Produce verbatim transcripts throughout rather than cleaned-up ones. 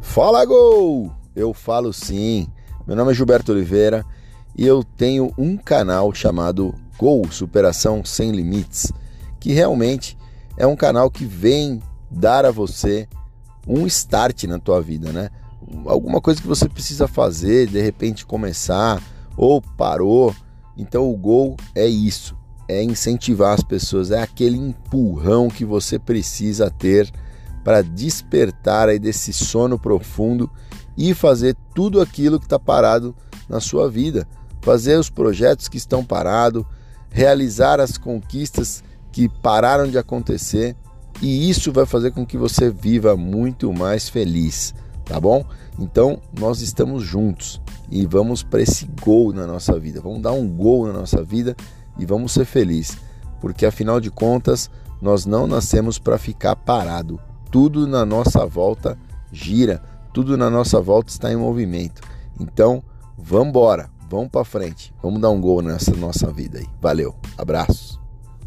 Fala Gol! Eu falo sim. Meu nome é Gilberto Oliveira e eu tenho um canal chamado Gol Superação Sem Limites, que realmente é um canal que vem dar a você um start na tua vida, né? Alguma coisa que você precisa fazer, de repente começar ou parou. Então o Gol é isso, é incentivar as pessoas, é aquele empurrão que você precisa ter para despertar aí desse sono profundo e fazer tudo aquilo que está parado na sua vida, fazer os projetos que estão parados, realizar as conquistas que pararam de acontecer, e isso vai fazer com que você viva muito mais feliz, tá bom? Então nós estamos juntos e vamos para esse gol na nossa vida, vamos dar um gol na nossa vida e vamos ser felizes, porque afinal de contas nós não nascemos para ficar parado. Tudo na nossa volta gira, tudo na nossa volta está em movimento. Então, vamos embora, vamos para frente, vamos dar um gol nessa nossa vida aí. Valeu, abraço.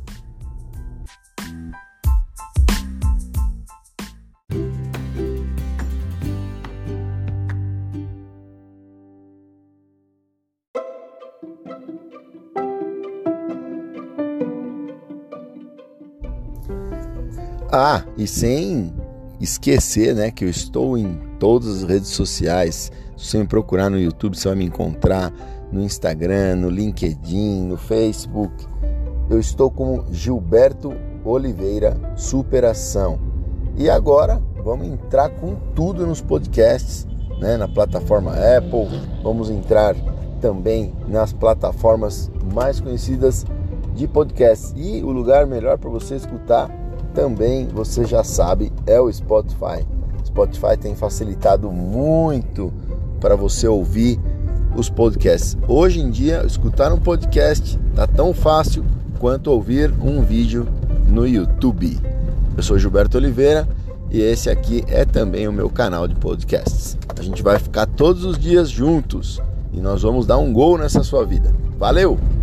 Ah, e sem esquecer, né, que eu estou em todas as redes sociais. Se você me procurar no YouTube, você vai me encontrar no Instagram, no LinkedIn, no Facebook. Eu estou como Gilberto Oliveira Superação. E agora vamos entrar com tudo nos podcasts, né, na plataforma Apple. Vamos entrar também nas plataformas mais conhecidas de podcasts. E o lugar melhor para você escutar também, você já sabe, é o Spotify. Spotify tem facilitado muito para você ouvir os podcasts. Hoje em dia, escutar um podcast tá tão fácil quanto ouvir um vídeo no YouTube. Eu sou Gilberto Oliveira e esse aqui é também o meu canal de podcasts. A gente vai ficar todos os dias juntos e nós vamos dar um gol nessa sua vida. Valeu!